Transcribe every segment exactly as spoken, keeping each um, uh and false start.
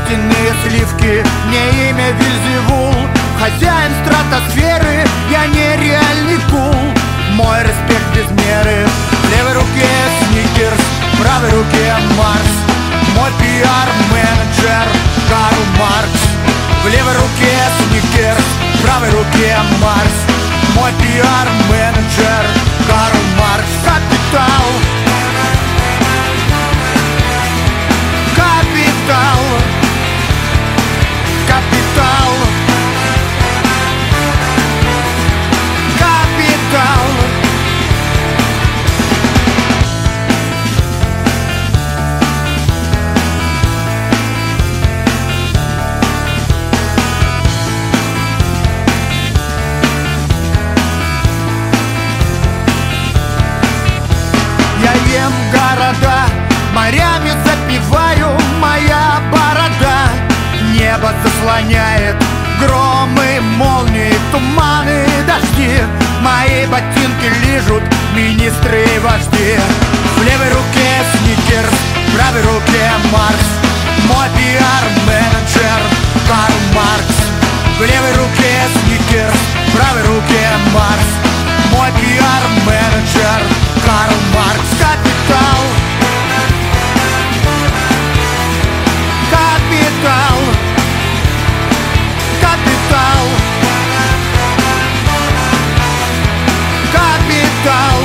Истинные сливки, не имя Вельзевул. Хозяин стратосферы, я нереальный кул. Мой респект без меры. В левой руке Сникерс, в правой руке Марс. Мой пиар-менеджер Карл Маркс. В левой руке Сникерс, в правой руке Марс. Мой пиар-менеджер Карл Маркс. Капитал. Капитал. Капитал. Капитал. Я ем города, морями запиваю, моя борода. Небо заслоняет громы, молнии, туманы, дожди. Мои ботинки лижут министры и вожди. В левой руке Сникерс, в правой руке Марс. Мой пиар-менеджер Карл Маркс. В левой руке Сникерс, в правой руке Марс. Мой пиар-менеджер Карл Маркс. Капитал. Капитал. Капитал. Капитал.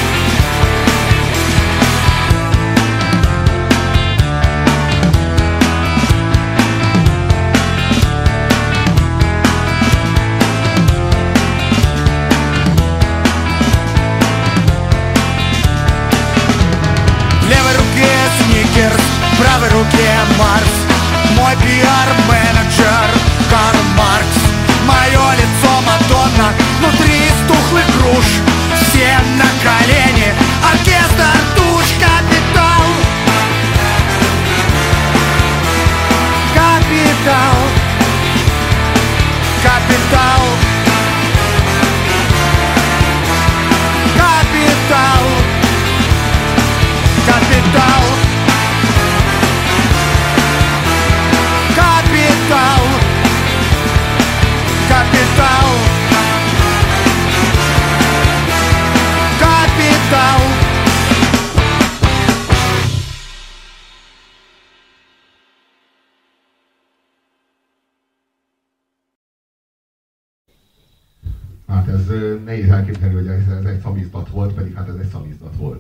В левой руке Сникерс, в правой руке Марс. Мой пиар-менеджер Карл Маркс. Мое лицо Мадонна, внутри стухлых груш. Все на колени, оркестр душ. Капитал. Капитал. Капитал. Капитал. Капитал. Капитал. Капитал. Капитал. Hát ez nehéz elképzelni, hogy ez, ez egy szamizdat volt, pedig hát ez egy szamizdat volt.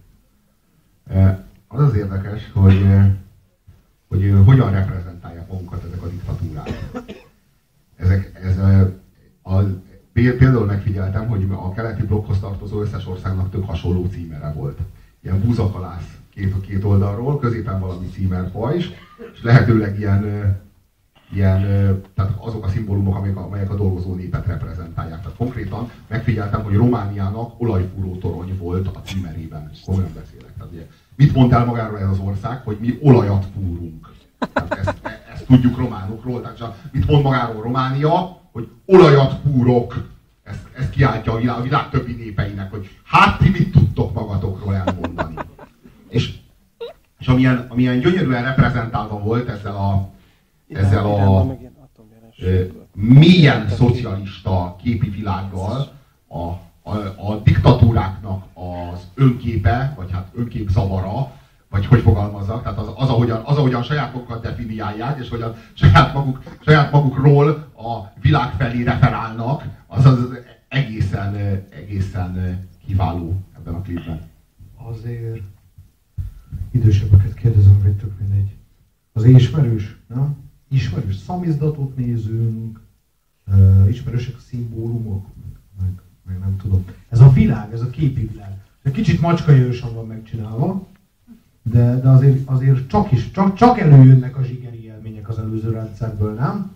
Az az érdekes, hogy, hogy hogyan reprezentálják magukat ezek a diktatúrák. Ezek, ez, a, például megfigyeltem, hogy a keleti blokkhoz tartozó összes országnak tök hasonló címere volt. Ilyen búzakalász két, két oldalról, középen valami címerpajzs, és lehetőleg ilyen, ilyen tehát azok a szimbólumok, amelyek a, amelyek a dolgozó népet reprezentálják. Tehát konkrétan megfigyeltem, hogy Romániának olajfúró torony volt a címerében. Komolyan beszélek. Tehát, ugye, mit mond el magáról ez az ország, hogy mi olajat fúrunk. Tehát ezt, ezt tudjuk románokról. Tehát mit mond magáról Románia, hogy olajat fúrok. Ezt, ezt kiáltja a világ, a világ többi népeinek, hogy hát ti mit tudtok magatokról elmondani. És, és amilyen, amilyen gyönyörűen reprezentálva volt ezzel a, ezzel a e, mélyen szocialista képi világgal a, a, a diktatúráknak az önképe, vagy hát önkép zavara, vagy hogy fogalmazzak, tehát az, az, ahogyan, az, ahogyan saját magukat definiálják, és hogyan saját, maguk, saját magukról a világ felé referálnak, az, az egészen, egészen kiváló ebben a klipben. Azért idősebbeket kérdezem, hogy tök mindegy. Az ismerős, nem? Ismerős szamizdatot nézünk, uh, ismerősek a szimbólumok, meg, meg nem tudom. Ez a világ, ez a képi világ. Kicsit macskajöjjön van megcsinálva, de, de azért, azért csak, is, csak, csak előjönnek a zsigeri élmények az előző rendszerből, nem?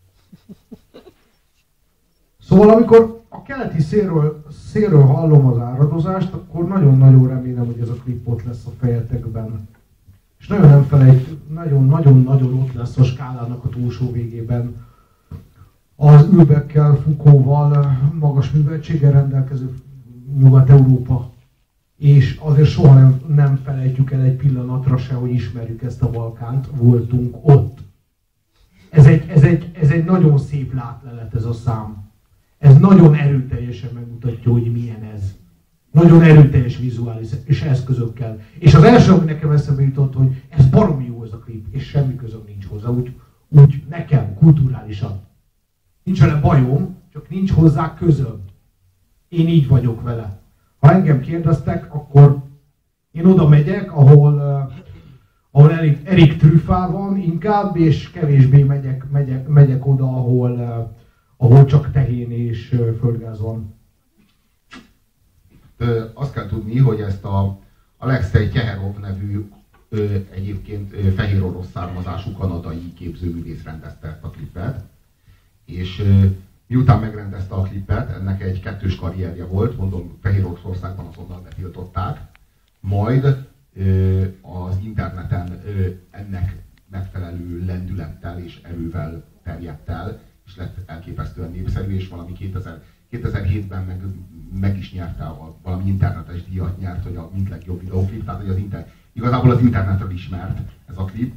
Szóval amikor a keleti szélről, szélről hallom az áradozást, akkor nagyon-nagyon remélem, hogy ez a klip ott lesz a fejetekben. És nagyon nem felejt, nagyon-nagyon-nagyon ott lesz a skálának a túlsó végében. Az Ülbekkel, Foucault-val magas műveltséggel rendelkező Nyugat-Európa. És azért soha nem, nem felejtjük el egy pillanatra se, hogy ismerjük ezt a Balkánt, voltunk ott. egy, ez egy nagyon szép látlelet ez a szám. Ez nagyon erőteljesen megmutatja, hogy milyen ez. Nagyon erőteljes vizuális és eszközökkel. És az első, ami nekem eszembe jutott, hogy ez baromi jó ez a klip, és semmi közöm nincs hozzá. Úgy, úgy nekem, kulturálisan. Nincs vele bajom, csak nincs hozzá közöm. Én így vagyok vele. Ha engem kérdeztek, akkor én oda megyek, ahol, uh, ahol Erik, Erik Truffat van inkább, és kevésbé megyek, megyek, megyek oda, ahol, uh, ahol csak tehén és uh, földgáz van. Ö, azt kell tudni, hogy ezt a Alexei Tjeherov nevű ö, egyébként ö, fehér orosz származású kanadai képzőművész rendezte ezt a klipet, és ö, miután megrendezte a klipet, ennek egy kettős karrierje volt, mondom, Fehér Oroszországban azonnal betiltották, majd ö, az interneten ö, ennek megfelelő lendülettel és erővel terjedt el, és lett elképesztően népszerű, és valami kétezer-hétben meg, meg is nyerte, a, valami internetes díjat nyert, hogy a mint legjobb videóklip, tehát hogy az inter, igazából az internetről ismert ez a klip.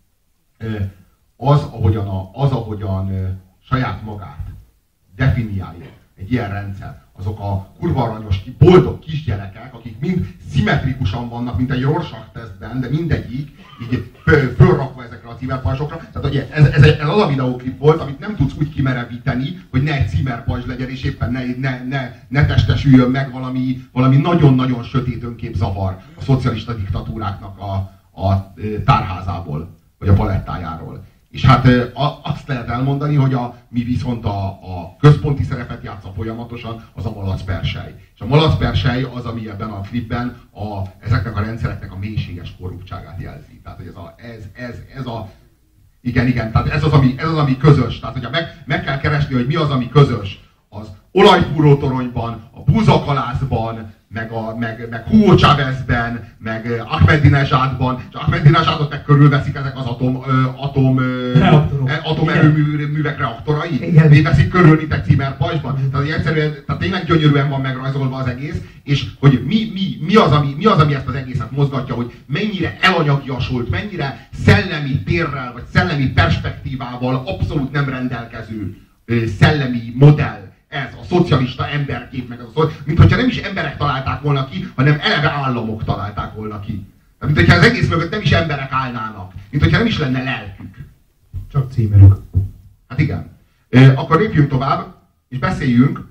Az, ahogyan, a, az, ahogyan saját magát definiálja egy ilyen rendszer, azok a kurva aranyos, boldog kisgyerekek, akik mind szimmetrikusan vannak, mint egy Rorschach-tesztben, de mindegyik így fölrakva ezekre a cimerpajzsokra. Tehát ugye ez, ez, ez az a videóklip volt, amit nem tudsz úgy kimerevíteni, hogy ne egy cimerpajzs legyen, és éppen ne, ne, ne, ne testesüljön meg valami, valami nagyon-nagyon sötét önképzavar a szocialista diktatúráknak a, a tárházából, vagy a palettájáról. És hát azt lehet elmondani, hogy a, mi viszont a, a központi szerepet játsza folyamatosan, az a malacpersely. És a malacpersely az, ami ebben a klipben a, ezeknek a rendszereknek a mélységes korruptságát jelzi. Tehát, hogy ez a, ez, ez, ez a igen, igen, tehát ez az, ami, ez az, ami közös. Tehát, hogyha meg, meg kell keresni, hogy mi az, ami közös, az olajfúrótoronyban, a búzakalászban, meg, a, meg, meg Hugo Chávezben, meg Ahmadinejadban, és Ahmadinejadot meg körülveszik ezek az atom, atom, atomerőművek reaktorai, veszik körül, mint egy cimerpajzsban. Tehát egyszerűen, tehát tényleg gyönyörűen van megrajzolva az egész, és hogy mi, mi, mi, az, ami, mi az, ami ezt az egészet mozgatja, hogy mennyire elanyagiasult, mennyire szellemi térrel, vagy szellemi perspektívával abszolút nem rendelkező szellemi modell. Ez a szocialista emberkép, meg ez a szocialista, mint hogyha nem is emberek találták volna ki, hanem eleve államok találták volna ki. Mint hogyha az egész mögött nem is emberek állnának, mint hogyha nem is lenne lelkük. Csak címerük. Hát igen. E, akkor lépjünk tovább, és beszéljünk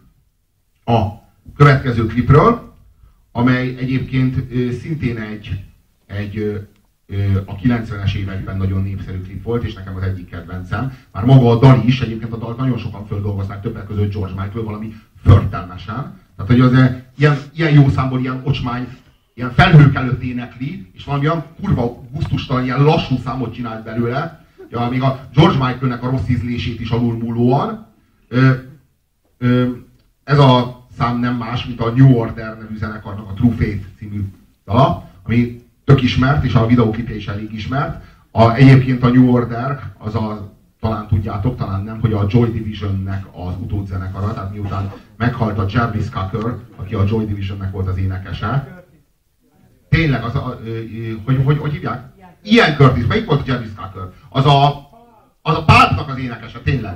a következő klipről, amely egyébként e, szintén egy, egy a kilencvenes években nagyon népszerű klip volt, és nekem az egyik kedvencem. Már maga a dal is, egyébként a dalt nagyon sokan földolgozták, többek között George Michael, valami förtelmesen. Tehát, hogy az ilyen, ilyen jó számból, ilyen ocsmány, ilyen felhők előtt énekli, és valami olyan kurva gusztustalan, ilyen lassú számot csinált belőle, ja, még a George Michaelnek a rossz ízlését is alulmúlóan. Ö, ö, ez a szám nem más, mint a New Order nevű zenekarnak a True Faith című dala, ami tök ismert, és a videóklipje is elég ismert. A, egyébként a New Order, az a, talán tudjátok, talán nem, hogy a Joy Divisionnek az utódzenekara, tehát miután meghalt a Jarvis Cocker, aki a Joy Divisionnek volt az énekese. Tényleg, az a, hogy, hogy, hogy hívják? Ian Curtis, melyik volt a Jarvis Cocker? Az a, az a pártnak az énekese, tényleg.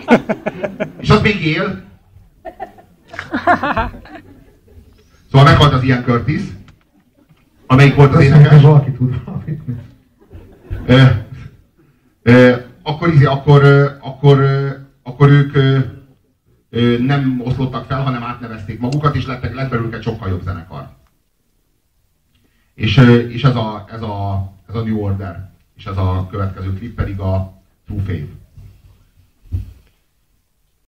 És az még él. Szóval meghalt az Ian Curtis. Amelyik volt az énekes? Valaki tud valamit. Ö, ö, akkor, izé, akkor, akkor, akkor ők ö, ö, nem oszlottak fel, hanem átnevezték magukat, és lettek, lett belőlük egy sokkal jobb zenekar. És, és ez, a, ez, a, ez a New Order, és ez a következő klip pedig a True Faith.